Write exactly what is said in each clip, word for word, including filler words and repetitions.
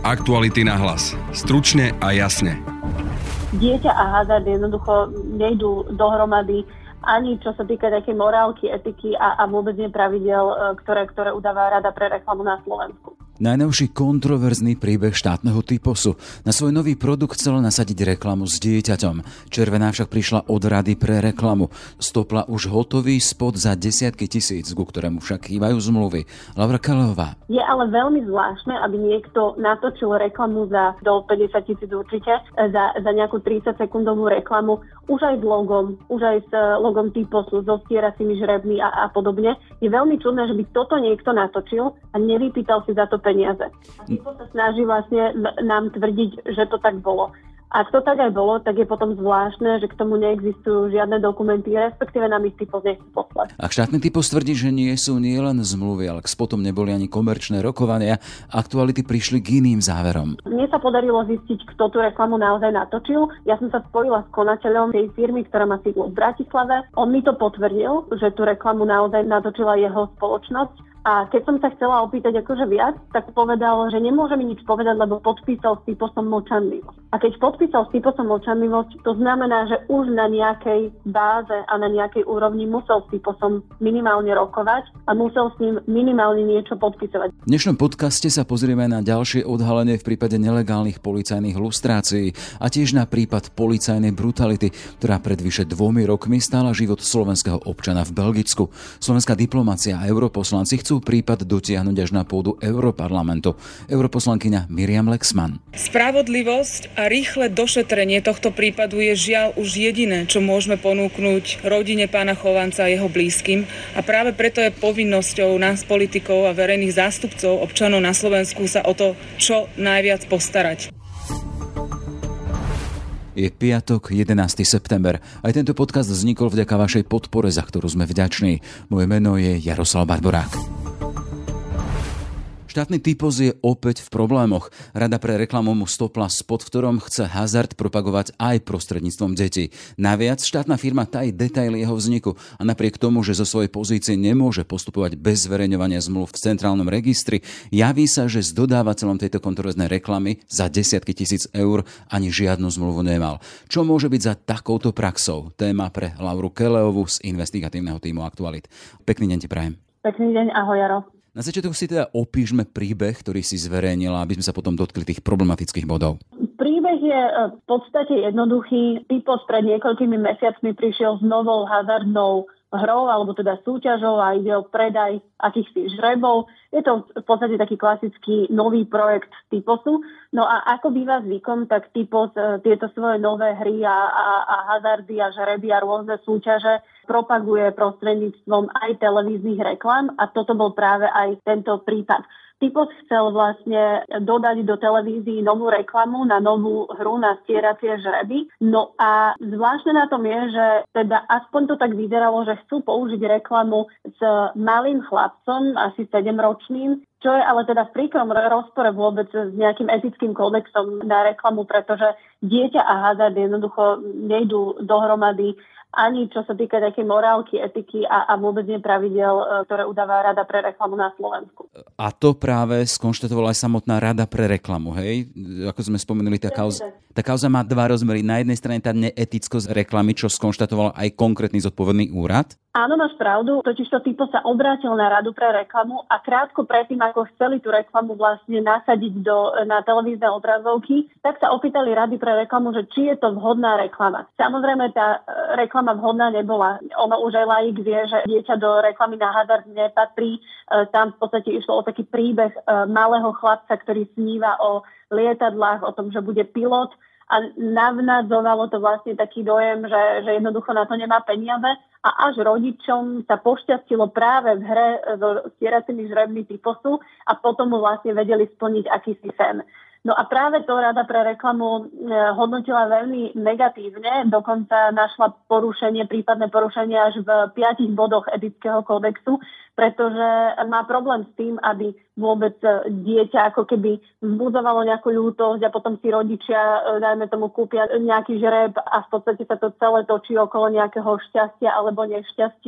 Aktuality na hlas. Stručne a jasne. Dieťa a hazard jednoducho nejdú dohromady ani čo sa týka takej morálky, etiky a, a vôbec nie pravidel, ktoré, ktoré udáva Rada pre reklamu na Slovensku. Najnovší kontroverzný príbeh štátneho typosu. Na svoj nový produkt chcel nasadiť reklamu s dieťaťom. Červená však prišla od Rady pre reklamu. Stopla už hotový spot za desiatky tisíc, ku ktorému však chýbajú zmluvy. Laura Kalehová. Je ale veľmi zvláštne, aby niekto natočil reklamu za do päťdesiat tisíc určite, za, za nejakú tridsať-sekundovú reklamu, už aj s logom, už aj s logom typosu, so stieracími žrebmi a, a podobne. Je veľmi čudné, že by toto niekto natočil a nevypýtal si za to peniaze. Typo sa snaží vlastne nám tvrdiť, že to tak bolo. Ak to tak aj bolo, tak je potom zvláštne, že k tomu neexistujú žiadne dokumenty, respektíve nám ich typos nechcú poslať. Ak štátny typos tvrdí, že nie sú nielen zmluvy, ale k spotom neboli ani komerčné rokovania, aktuality prišli k iným záverom. Mne sa podarilo zistiť, kto tú reklamu naozaj natočil. Ja som sa spojila s konateľom tej firmy, ktorá má sídlo v Bratislave. On mi to potvrdil, že tú reklamu naozaj natočila jeho spoločnosť. A keď som sa chcela opýtať akože viac, tak povedal, že nemôže mi nič povedať, lebo podpísal s typosom mlčanlivosť. A keď podpísal s typosom mlčanlivosť, to znamená, že už na nejakej báze a na nejakej úrovni musel s typosom minimálne rokovať a musel s ním minimálne niečo podpisovať. V dnešnom podcaste sa pozrieme na ďalšie odhalenie v prípade nelegálnych policajných lustrácií a tiež na prípad policajnej brutality, ktorá pred vyše dvomi rokmi stála život slovenského občana v Belgicku. Slovenská diplomacia a europoslanci chcú prípad dotiahnuť až na pôdu Europarlamentu. Europoslankyňa Miriam Lexman. Spravodlivosť a rýchle došetrenie tohto prípadu je žiaľ už jediné, čo môžeme ponúknuť rodine pána Chovanca a jeho blízkym. A práve preto je povinnosťou nás, politikov a verejných zástupcov občanov na Slovensku sa o to čo najviac postarať. Je piatok, jedenásteho september. Aj tento podcast vznikol vďaka vašej podpore, za ktorú sme vďační. Moje meno je Jaroslav Barborák. Štátny typos je opäť v problémoch. Rada pre reklamu mu stopla spot, v ktorom chce hazard propagovať aj prostredníctvom detí. Naviac štátna firma tají detaily jeho vzniku a napriek tomu, že zo svojej pozície nemôže postupovať bez zverejňovania zmluv v centrálnom registri, javí sa, že s dodávateľom tejto kontroverznej reklamy za desiatky tisíc eur ani žiadnu zmluvu nemal. Čo môže byť za takouto praxou? Téma pre Lauru Kalehovú z investigatívneho tímu Aktualit. Pekný deň ti prajem. Pekný deň, ahoj Jaro. Na začiatok si teda opíšme príbeh, ktorý si zverejnila, aby sme sa potom dotkli tých problematických bodov. Príbeh je v podstate jednoduchý. Typos pred niekoľkými mesiacmi prišiel s novou hazardnou hrou, alebo teda súťažou a ide o predaj akýchsi žrebov. Je to v podstate taký klasický nový projekt Typosu. No a ako býva zvykom, tak Typos tieto svoje nové hry a, a, a hazardy a žreby a rôzne súťaže propaguje prostredníctvom aj televíznych reklam a toto bol práve aj tento prípad. Typos chcel vlastne dodať do televízií novú reklamu na novú hru na stieracie žreby. No a zvláštne na tom je, že teda aspoň to tak vyzeralo, že chcú použiť reklamu s malým chlapcom, asi sedemročným, čo je ale teda v príkrom rozpore vôbec s nejakým etickým kódexom na reklamu, pretože dieťa a hazard jednoducho nejdú dohromady ani čo sa týka takej morálky, etiky a, a vôbec nie pravidel, ktoré udáva Rada pre reklamu na Slovensku. A to práve skonštatovala aj samotná Rada pre reklamu, hej? Ako sme spomenuli, tá kauza, tá kauza má dva rozmery. Na jednej strane tá neetickosť reklamy, čo skonštatoval aj konkrétny zodpovedný úrad. Áno, máš pravdu, totižto Typos sa obrátil na Radu pre reklamu a krátko predtým, ako chceli tú reklamu vlastne nasadiť do, na televízne obrazovky, tak sa opýtali Rady pre reklamu, že či je to vhodná reklama. Samozrejme, tá reklama vhodná nebola. Ono už aj laik vie, že dieťa do reklamy na hazard nepatrí. Tam v podstate išlo o taký príbeh malého chlapca, ktorý sníva o lietadlách, o tom, že bude pilot. A navnadzovalo to vlastne taký dojem, že, že jednoducho na to nemá peniaze a až rodičom sa pošťastilo práve v hre so stieracími žrebmi Typosu a potom mu vlastne vedeli splniť akýsi sen. No a práve to Rada pre reklamu hodnotila veľmi negatívne, dokonca našla porušenie, prípadné porušenie až v piatich bodoch etického kódexu, pretože má problém s tým, aby vôbec dieťa ako keby vzbudzovalo nejakú ľútosť a potom si rodičia, dajme tomu, kúpia nejaký žreb a v podstate sa to celé točí okolo nejakého šťastia alebo nešťastia.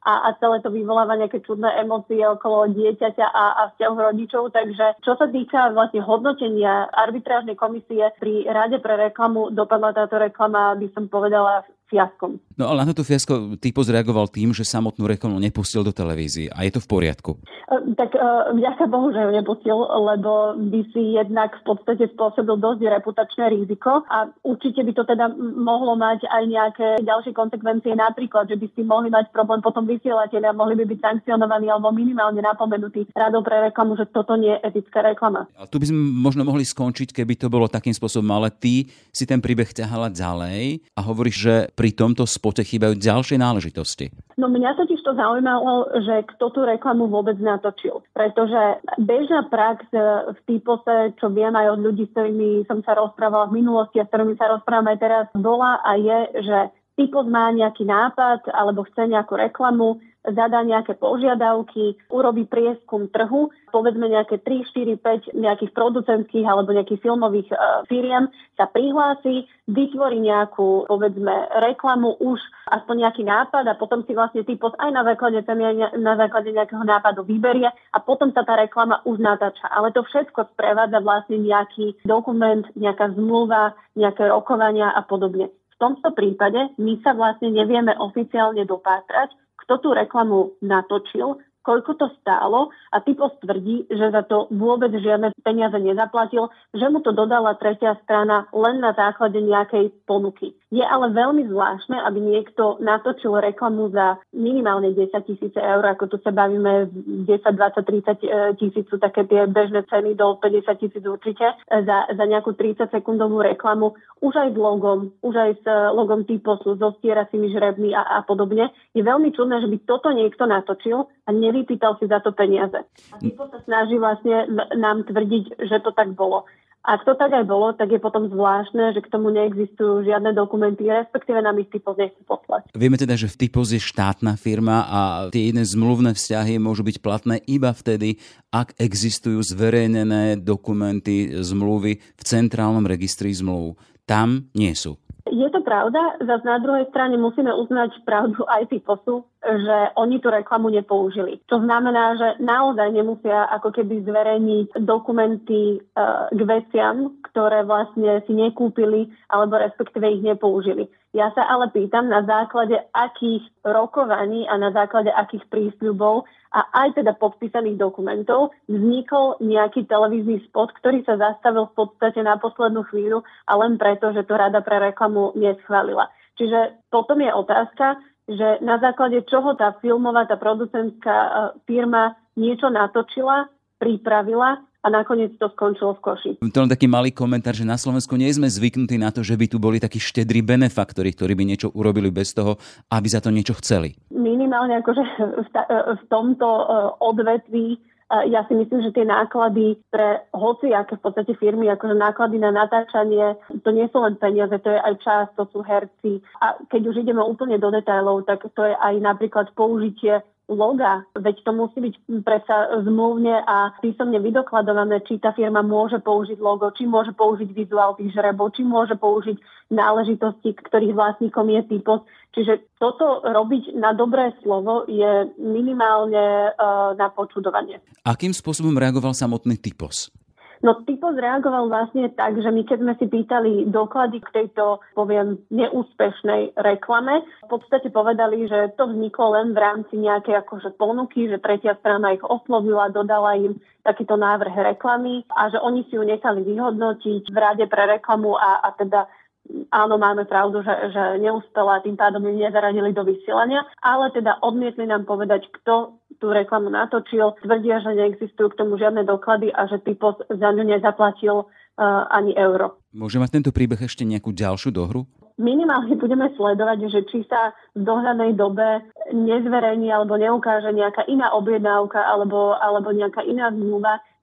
a, a celé to vyvoláva nejaké čudné emócie okolo dieťaťa a, a vzťahu rodičov. Takže čo sa týka vlastne hodnotenia arbitrážnej komisie pri Rade pre reklamu, dopadla táto reklama, by som povedala, fiaskom. No ale na toto fiasko Typos reagoval tým, že samotnú reklamu nepustil do televízie. A je to v poriadku? Tak vďaka Bohu, že ju nepustil, lebo by si jednak v podstate spôsobil dosť reputačné riziko a určite by to teda mohlo mať aj nejaké ďalšie konsekvencie, napríklad, že by si mohli mať problém potom vysielatelia, mohli by byť sankcionovaní alebo minimálne napomenutí Radou pre reklamu, že toto nie je etická reklama. A tu by sme možno mohli skončiť, keby to bolo takým spôsobom, ale ty si ten príbeh ťahala ďalej a hovoríš, že pri tomto spote chýbajú ďalšie náležitosti. No mňa totiž to zaujímalo, že kto tú reklamu vôbec natočil. Pretože bežná prax v Typose, čo viem aj od ľudí, s ktorými som sa rozprávala v minulosti a s ktorými sa rozprávam aj teraz, bola a je, že Typos má nejaký nápad alebo chce nejakú reklamu, zadá nejaké požiadavky, urobí prieskum trhu, povedzme nejaké tri, štyri, päť nejakých producentských alebo nejakých filmových uh, firiem sa prihlási, vytvorí nejakú, povedzme, reklamu, už aspoň nejaký nápad a potom si vlastne Typos aj na základe, na základe nejakého nápadu vyberie a potom sa tá reklama už natáča. Ale to všetko sprevádza vlastne nejaký dokument, nejaká zmluva, nejaké rokovania a podobne. V tomto prípade my sa vlastne nevieme oficiálne dopátrať, kto tú reklamu natočil, koľko to stálo a Typos tvrdí, že za to vôbec žiadne peniaze nezaplatil, že mu to dodala tretia strana len na základe nejakej ponuky. Je ale veľmi zvláštne, aby niekto natočil reklamu za minimálne desať tisíc eur, ako tu sa bavíme desať, dvadsať, tridsať tisíc, sú také tie bežné ceny do päťdesiat tisíc určite, za, za nejakú tridsať-sekundovú reklamu, už aj s logom, už aj s logom Typosu, so stieracími žrebmi a, a podobne. Je veľmi čudné, že by toto niekto natočil a nevypýtal si za to peniaze. A Typos sa snaží vlastne nám tvrdiť, že to tak bolo. Ak to tak aj bolo, tak je potom zvláštne, že k tomu neexistujú žiadne dokumenty, respektíve nám ich Typos nechce poslať. Vieme teda, že v Typos je štátna firma a tie iné zmluvné vzťahy môžu byť platné iba vtedy, ak existujú zverejnené dokumenty, zmluvy v centrálnom registri zmluv. Tam nie sú. Je to pravda, zase na druhej strane musíme uznať pravdu aj Typosu, že oni tú reklamu nepoužili. Čo znamená, že naozaj nemusia ako keby zverejniť dokumenty uh, k veciam, ktoré vlastne si nekúpili alebo respektíve ich nepoužili. Ja sa ale pýtam, na základe akých rokovaní a na základe akých prísľubov a aj teda podpísaných dokumentov vznikol nejaký televízny spot, ktorý sa zastavil v podstate na poslednú chvíľu a len preto, že to Rada pre reklamu neschválila. Čiže potom je otázka, že na základe čoho tá filmová, tá producentská firma niečo natočila, pripravila a nakoniec to skončilo v koši. To len taký malý komentár, že na Slovensku nie sme zvyknutí na to, že by tu boli takí štedrí benefaktori, ktorí by niečo urobili bez toho, aby za to niečo chceli. Minimálne akože v, ta, v tomto odvetví ja si myslím, že tie náklady pre hociaké v podstate firmy, akože náklady na natáčanie, to nie sú len peniaze, to je aj čas, to sú herci. A keď už ideme úplne do detailov, tak to je aj napríklad použitie loga, veď to musí byť predsa zmluvne a písomne vydokladované, či tá firma môže použiť logo, či môže použiť vizuál tých žrebov, či môže použiť náležitosti, ktorých vlastníkom je Typos. Čiže toto robiť na dobré slovo je minimálne uh, na počudovanie. Akým spôsobom reagoval samotný Typos? No Typos reagoval vlastne tak, že my keď sme si pýtali doklady k tejto, poviem, neúspešnej reklame, v podstate povedali, že to vzniklo len v rámci nejakej akože ponuky, že tretia strana ich oslovila, dodala im takýto návrh reklamy a že oni si ju nechali vyhodnotiť v Rade pre reklamu a, a teda áno, máme pravdu, že, že neúspela, tým pádom ju nezaradili do vysielania, ale teda odmietli nám povedať, kto tú reklamu natočil, tvrdia, že neexistujú k tomu žiadne doklady a že Typos za ňu nezaplatil uh, ani euro. Môže mať tento príbeh ešte nejakú ďalšiu dohru? Minimálne budeme sledovať, že či sa v dohľadnej dobe nezverejní alebo neukáže nejaká iná objednávka alebo, alebo nejaká iná zmluva,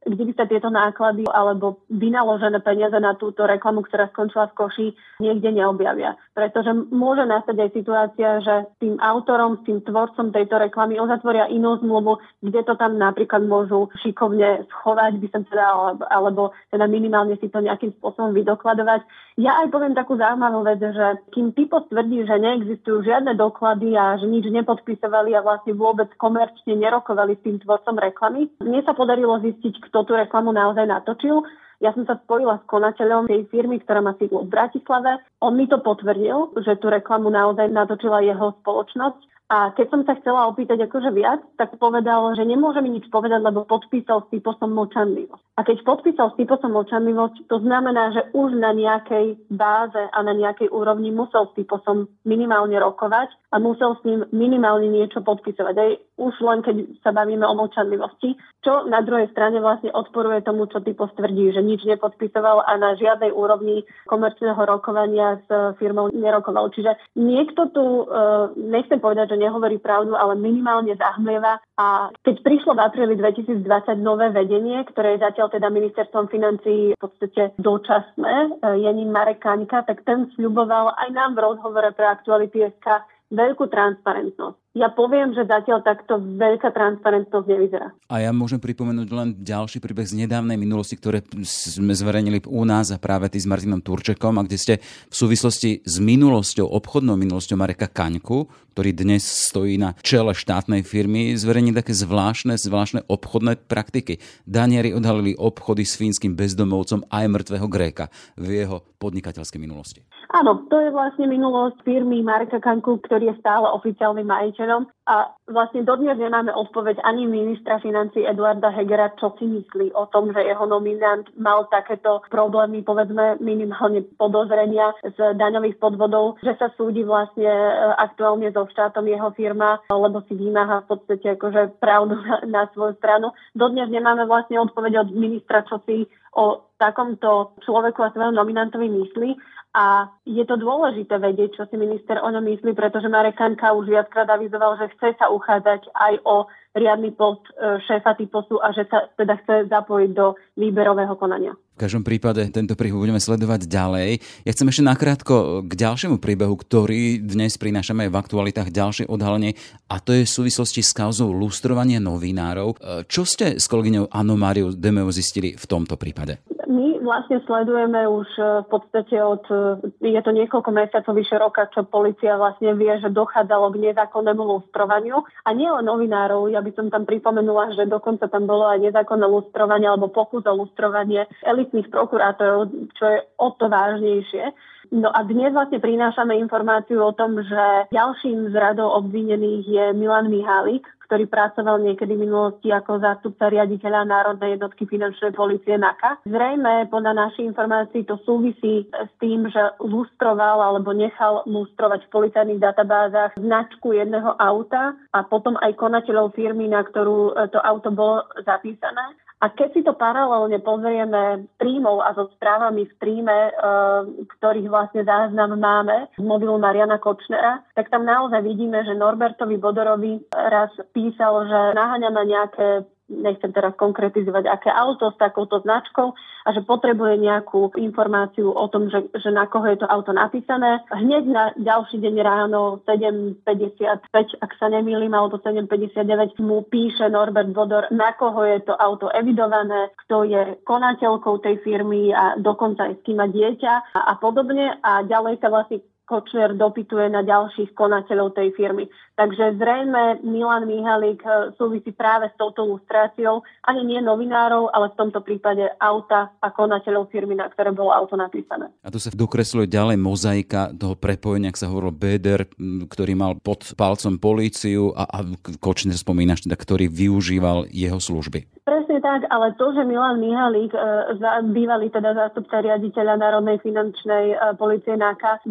kde by sa tieto náklady alebo vynaložené peniaze na túto reklamu, ktorá skončila v koši, niekde neobjavia. Pretože môže nastať aj situácia, že tým autorom, tým tvorcom tejto reklamy uzatvoria inú zmluvu, kde to tam napríklad môžu šikovne schovať, by som teda, alebo, alebo teda minimálne si to nejakým spôsobom vydokladovať. Ja aj poviem takú zaujímavú vec, že kým Typos tvrdí, že neexistujú žiadne doklady a že nič nepodpisovali a vlastne vôbec komerčne nerokovali s tým tvorcom reklamy, mne sa podarilo zistiť, kto tú reklamu naozaj natočil. Ja som sa spojila s konateľom tej firmy, ktorá má sídlo v Bratislave. On mi to potvrdil, že tú reklamu naozaj natočila jeho spoločnosť. A keď som sa chcela opýtať akože viac, tak povedal, že nemôže mi nič povedať, lebo podpísal s Typosom mlčanlivosť. A keď podpísal s Typosom mlčanlivosť, to znamená, že už na nejakej báze a na nejakej úrovni musel s Typosom minimálne rokovať a musel s ním minimálne niečo podpisovať. Aj už len keď sa bavíme o mlčanlivosti, čo na druhej strane vlastne odporuje tomu, čo Typos tvrdí, že nič nepodpisoval a na žiadnej úrovni komerčného rokovania s firmou nerokoval. Čiže niekto tu, nechcem povedať, že nehovorí pravdu, ale minimálne zahmlieva. A keď prišlo v apríli dvetisícdvadsať nové vedenie, ktoré je zatiaľ teda ministerstvom financií v podstate dočasné, je ním Marek Kaňka, tak ten sľuboval aj nám v rozhovore pre Aktuality bodka es ká veľkú transparentnosť. Ja poviem, že zatiaľ takto veľká transparentnosť nevyzerá. A ja môžem pripomenúť len ďalší príbeh z nedávnej minulosti, ktoré sme zverejnili u nás a práve ty s Martinom Turčekom, a kde ste v súvislosti s minulosťou, obchodnou minulosťou Mareka Kaňku, ktorý dnes stojí na čele štátnej firmy, zverejnili také zvláštne, zvláštne obchodné praktiky. Daniari odhalili obchody s fínskym bezdomovcom aj mŕtvého Gréka v jeho podnikateľskej minulosti. Áno, to je vlastne minulosť firmy Mareka Kaňku, ktorý je stále oficiálnym majiteľom. A vlastne dodnes nemáme odpoveď ani ministra financií Eduarda Hegera, čo si myslí o tom, že jeho nominant mal takéto problémy, povedzme minimálne podozrenia z daňových podvodov, že sa súdi vlastne aktuálne so štátom jeho firma, lebo si vymáha v podstate akože pravdu na, na svoju stranu. Dodnes nemáme vlastne odpoveď od ministra, čo si o takomto človeku a svojom nominantovi myslí. A je to dôležité vedieť, čo si minister o ňom myslí, pretože Marek Kaňka už viackrát avizoval, že chce sa uchádzať aj o riadny post šéfa Typosu a že sa teda chce zapojiť do výberového konania. V každom prípade tento príbeh budeme sledovať ďalej. Ja chcem ešte nakrátko k ďalšiemu príbehu, ktorý dnes prinášame aj v aktualitách, ďalšie odhalenie, a to je v súvislosti s kauzou lustrovania novinárov. Čo ste s kolegyňou Annou Máriou Demeovou zistili v tomto prípade? My vlastne sledujeme už v podstate od, je to niekoľko mesiacov, vyše roka, čo polícia vlastne vie, že dochádzalo k nezákonnému lustrovaniu. A nie len novinárov, ja by som tam pripomenula, že dokonca tam bolo aj nezákonné lustrovanie alebo pokus o lustrovanie elitných prokurátorov, čo je o to vážnejšie. No a dnes vlastne prinášame informáciu o tom, že ďalším z radou obvinených je Milan Mihálik, ktorý pracoval niekedy v minulosti ako zástupca riaditeľa Národnej jednotky finančnej polície NAKA. Zrejme podľa našich informácií to súvisí s tým, že lustroval alebo nechal lustrovať v policajných databázach značku jedného auta a potom aj konateľov firmy, na ktorú to auto bolo zapísané. A keď si to paralelne pozrieme príjmov a so správami v príjme, e, ktorých vlastne záznam máme z mobilu Mariana Kočnera, tak tam naozaj vidíme, že Norbertovi Bodorovi raz písal, že naháňa na nejaké, nechcem teraz konkretizovať, aké auto s takouto značkou a že potrebuje nejakú informáciu o tom, že, že na koho je to auto napísané. Hneď na ďalší deň ráno sedem päťdesiatpäť, ak sa nemýlim, alebo sedem päťdesiatdeväť mu píše Norbert Bodor, na koho je to auto evidované, kto je konateľkou tej firmy a dokonca aj s kým má dieťa a, a podobne. A ďalej sa vlastne Kočner dopytuje na ďalších konateľov tej firmy. Takže zrejme Milan Mihálik súvisí práve s touto lustráciou, ani nie novinárov, ale v tomto prípade auta a konateľov firmy, na ktoré bolo auto napísané. A tu sa dokresluje ďalej mozaika toho prepojenia, ak sa hovorilo Béder, ktorý mal pod palcom políciu a, a Kočner spomínaš, teda, ktorý využíval jeho služby. Presne tak, ale to, že Milan Mihálik, bývalý teda zástupca riaditeľa Národnej finančnej polície NAKA, mal blízko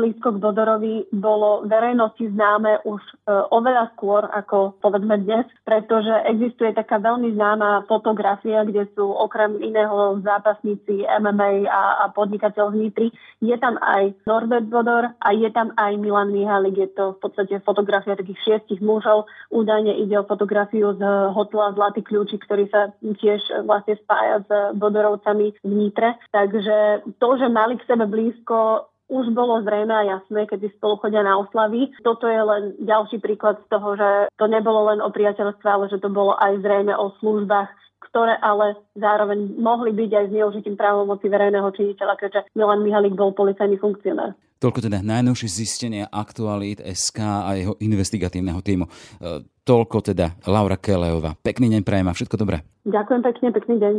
blízko k Bodorovi, bolo verejnosti známe už e, oveľa skôr ako povedzme dnes, pretože existuje taká veľmi známa fotografia, kde sú okrem iného zápasníci em em á a, a podnikateľ v Nitri. Je tam aj Norbert Bodor a je tam aj Milan Mihalik. Je to v podstate fotografia takých šiestich mužov. Údajne ide o fotografiu z hotela Zlatý kľúčik, ktorý sa tiež vlastne spája s Bodorovcami v Nitre. Takže to, že mali k sebe blízko, už bolo zrejme a jasné, keď spolu chodia na oslavy. Toto je len ďalší príklad z toho, že to nebolo len o priateľstve, ale že to bolo aj zrejme o službách, ktoré ale zároveň mohli byť aj zneužitím právomoci verejného činiteľa, keďže Milan Mihalik bol policajný funkcionár. Toľko teda najnovšie zistenia Aktualít bodka es ká a jeho investigatívneho tímu. E, toľko teda Laura Kelejová. Pekný deň prajem a všetko dobré. Ďakujem pekne, pekný deň.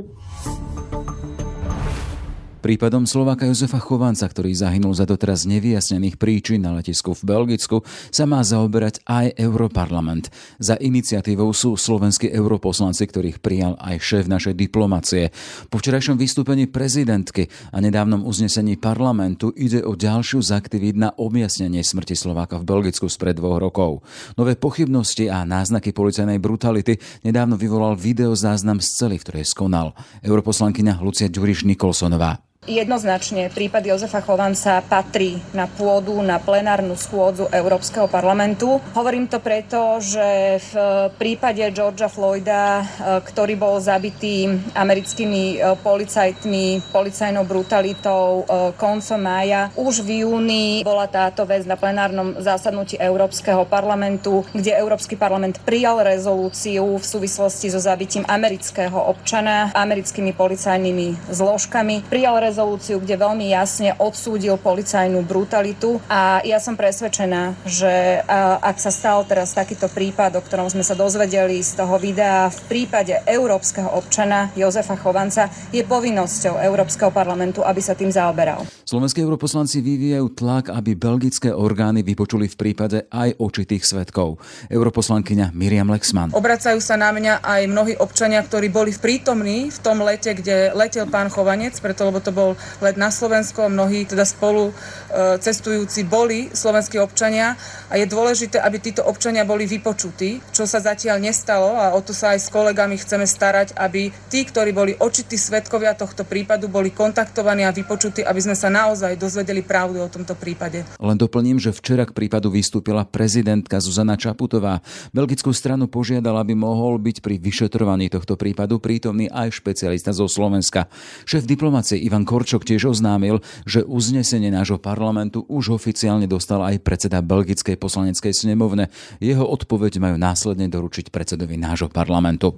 Prípadom Slováka Jozefa Chovanca, ktorý zahynul za doteraz nevyjasnených príčin na letisku v Belgicku, sa má zaoberať aj Europarlament. Za iniciatívou sú slovenskí europoslanci, ktorých prijal aj šéf našej diplomacie. Po včerajšom vystúpení prezidentky a nedávnom uznesení parlamentu ide o ďalšiu z aktivít na objasnenie smrti Slováka v Belgicku spred dvoch rokov. Nové pochybnosti a náznaky policajnej brutality nedávno vyvolal videozáznam z cely, v ktorej skonal. Europoslankyňa Lucia Ďuriš-Nikolsonová. Jednoznačne prípad Jozefa Chovanca patrí na pôdu, na plenárnu schôdzu Európskeho parlamentu. Hovorím to preto, že v prípade Georgea Floyda, ktorý bol zabitý americkými policajtmi, policajnou brutalitou koncom mája, už v júni bola táto vec na plenárnom zasadnutí Európskeho parlamentu, kde Európsky parlament prijal rezolúciu v súvislosti so zabitím amerického občana americkými policajnými zložkami. Prijal rezolúciu rezolúciu, kde veľmi jasne odsúdil policajnú brutalitu a ja som presvedčená, že ak sa stal teraz takýto prípad, o ktorom sme sa dozvedeli z toho videa, v prípade európskeho občana Jozefa Chovanca, je povinnosťou Európskeho parlamentu, aby sa tým zaoberal. Slovenskí europoslanci vyvíjajú tlak, aby belgické orgány vypočuli v prípade aj očitých svedkov. Europoslankyňa Miriam Lexman. Obracajú sa na mňa aj mnohí občania, ktorí boli prítomní v tom lete, kde letel pán Chovanec, preto lebo to bol let na Slovensko, mnohí teda spolu e, cestujúci boli slovenskí občania a je dôležité, aby títo občania boli vypočutí, čo sa zatiaľ nestalo a o to sa aj s kolegami chceme starať, aby tí, ktorí boli očití svedkovia tohto prípadu, boli kontaktovaní a vypočutí, aby sme sa naozaj dozvedeli pravdu o tomto prípade. Len doplním, že včera k prípadu vystúpila prezidentka Zuzana Čaputová. Belgickú stranu požiadala, aby mohol byť pri vyšetrovaní tohto prípadu prítomný aj špecialista zo Slovenska. Šéf diplomacie Ivan Korčok tiež oznámil, že uznesenie nášho parlamentu už oficiálne dostal aj predseda belgickej poslaneckej snemovne. Jeho odpoveď majú následne doručiť predsedovi nášho parlamentu.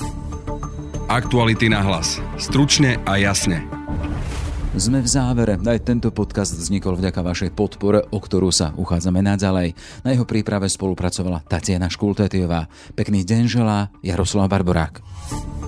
Aktuality na hlas. Stručne a jasne. Sme v závere. Aj tento podcast vznikol vďaka vašej podpore, o ktorú sa uchádzame naďalej. Na jeho príprave spolupracovala Tatiana Škultétiová. Pekný deň želá Jaroslav Barborák.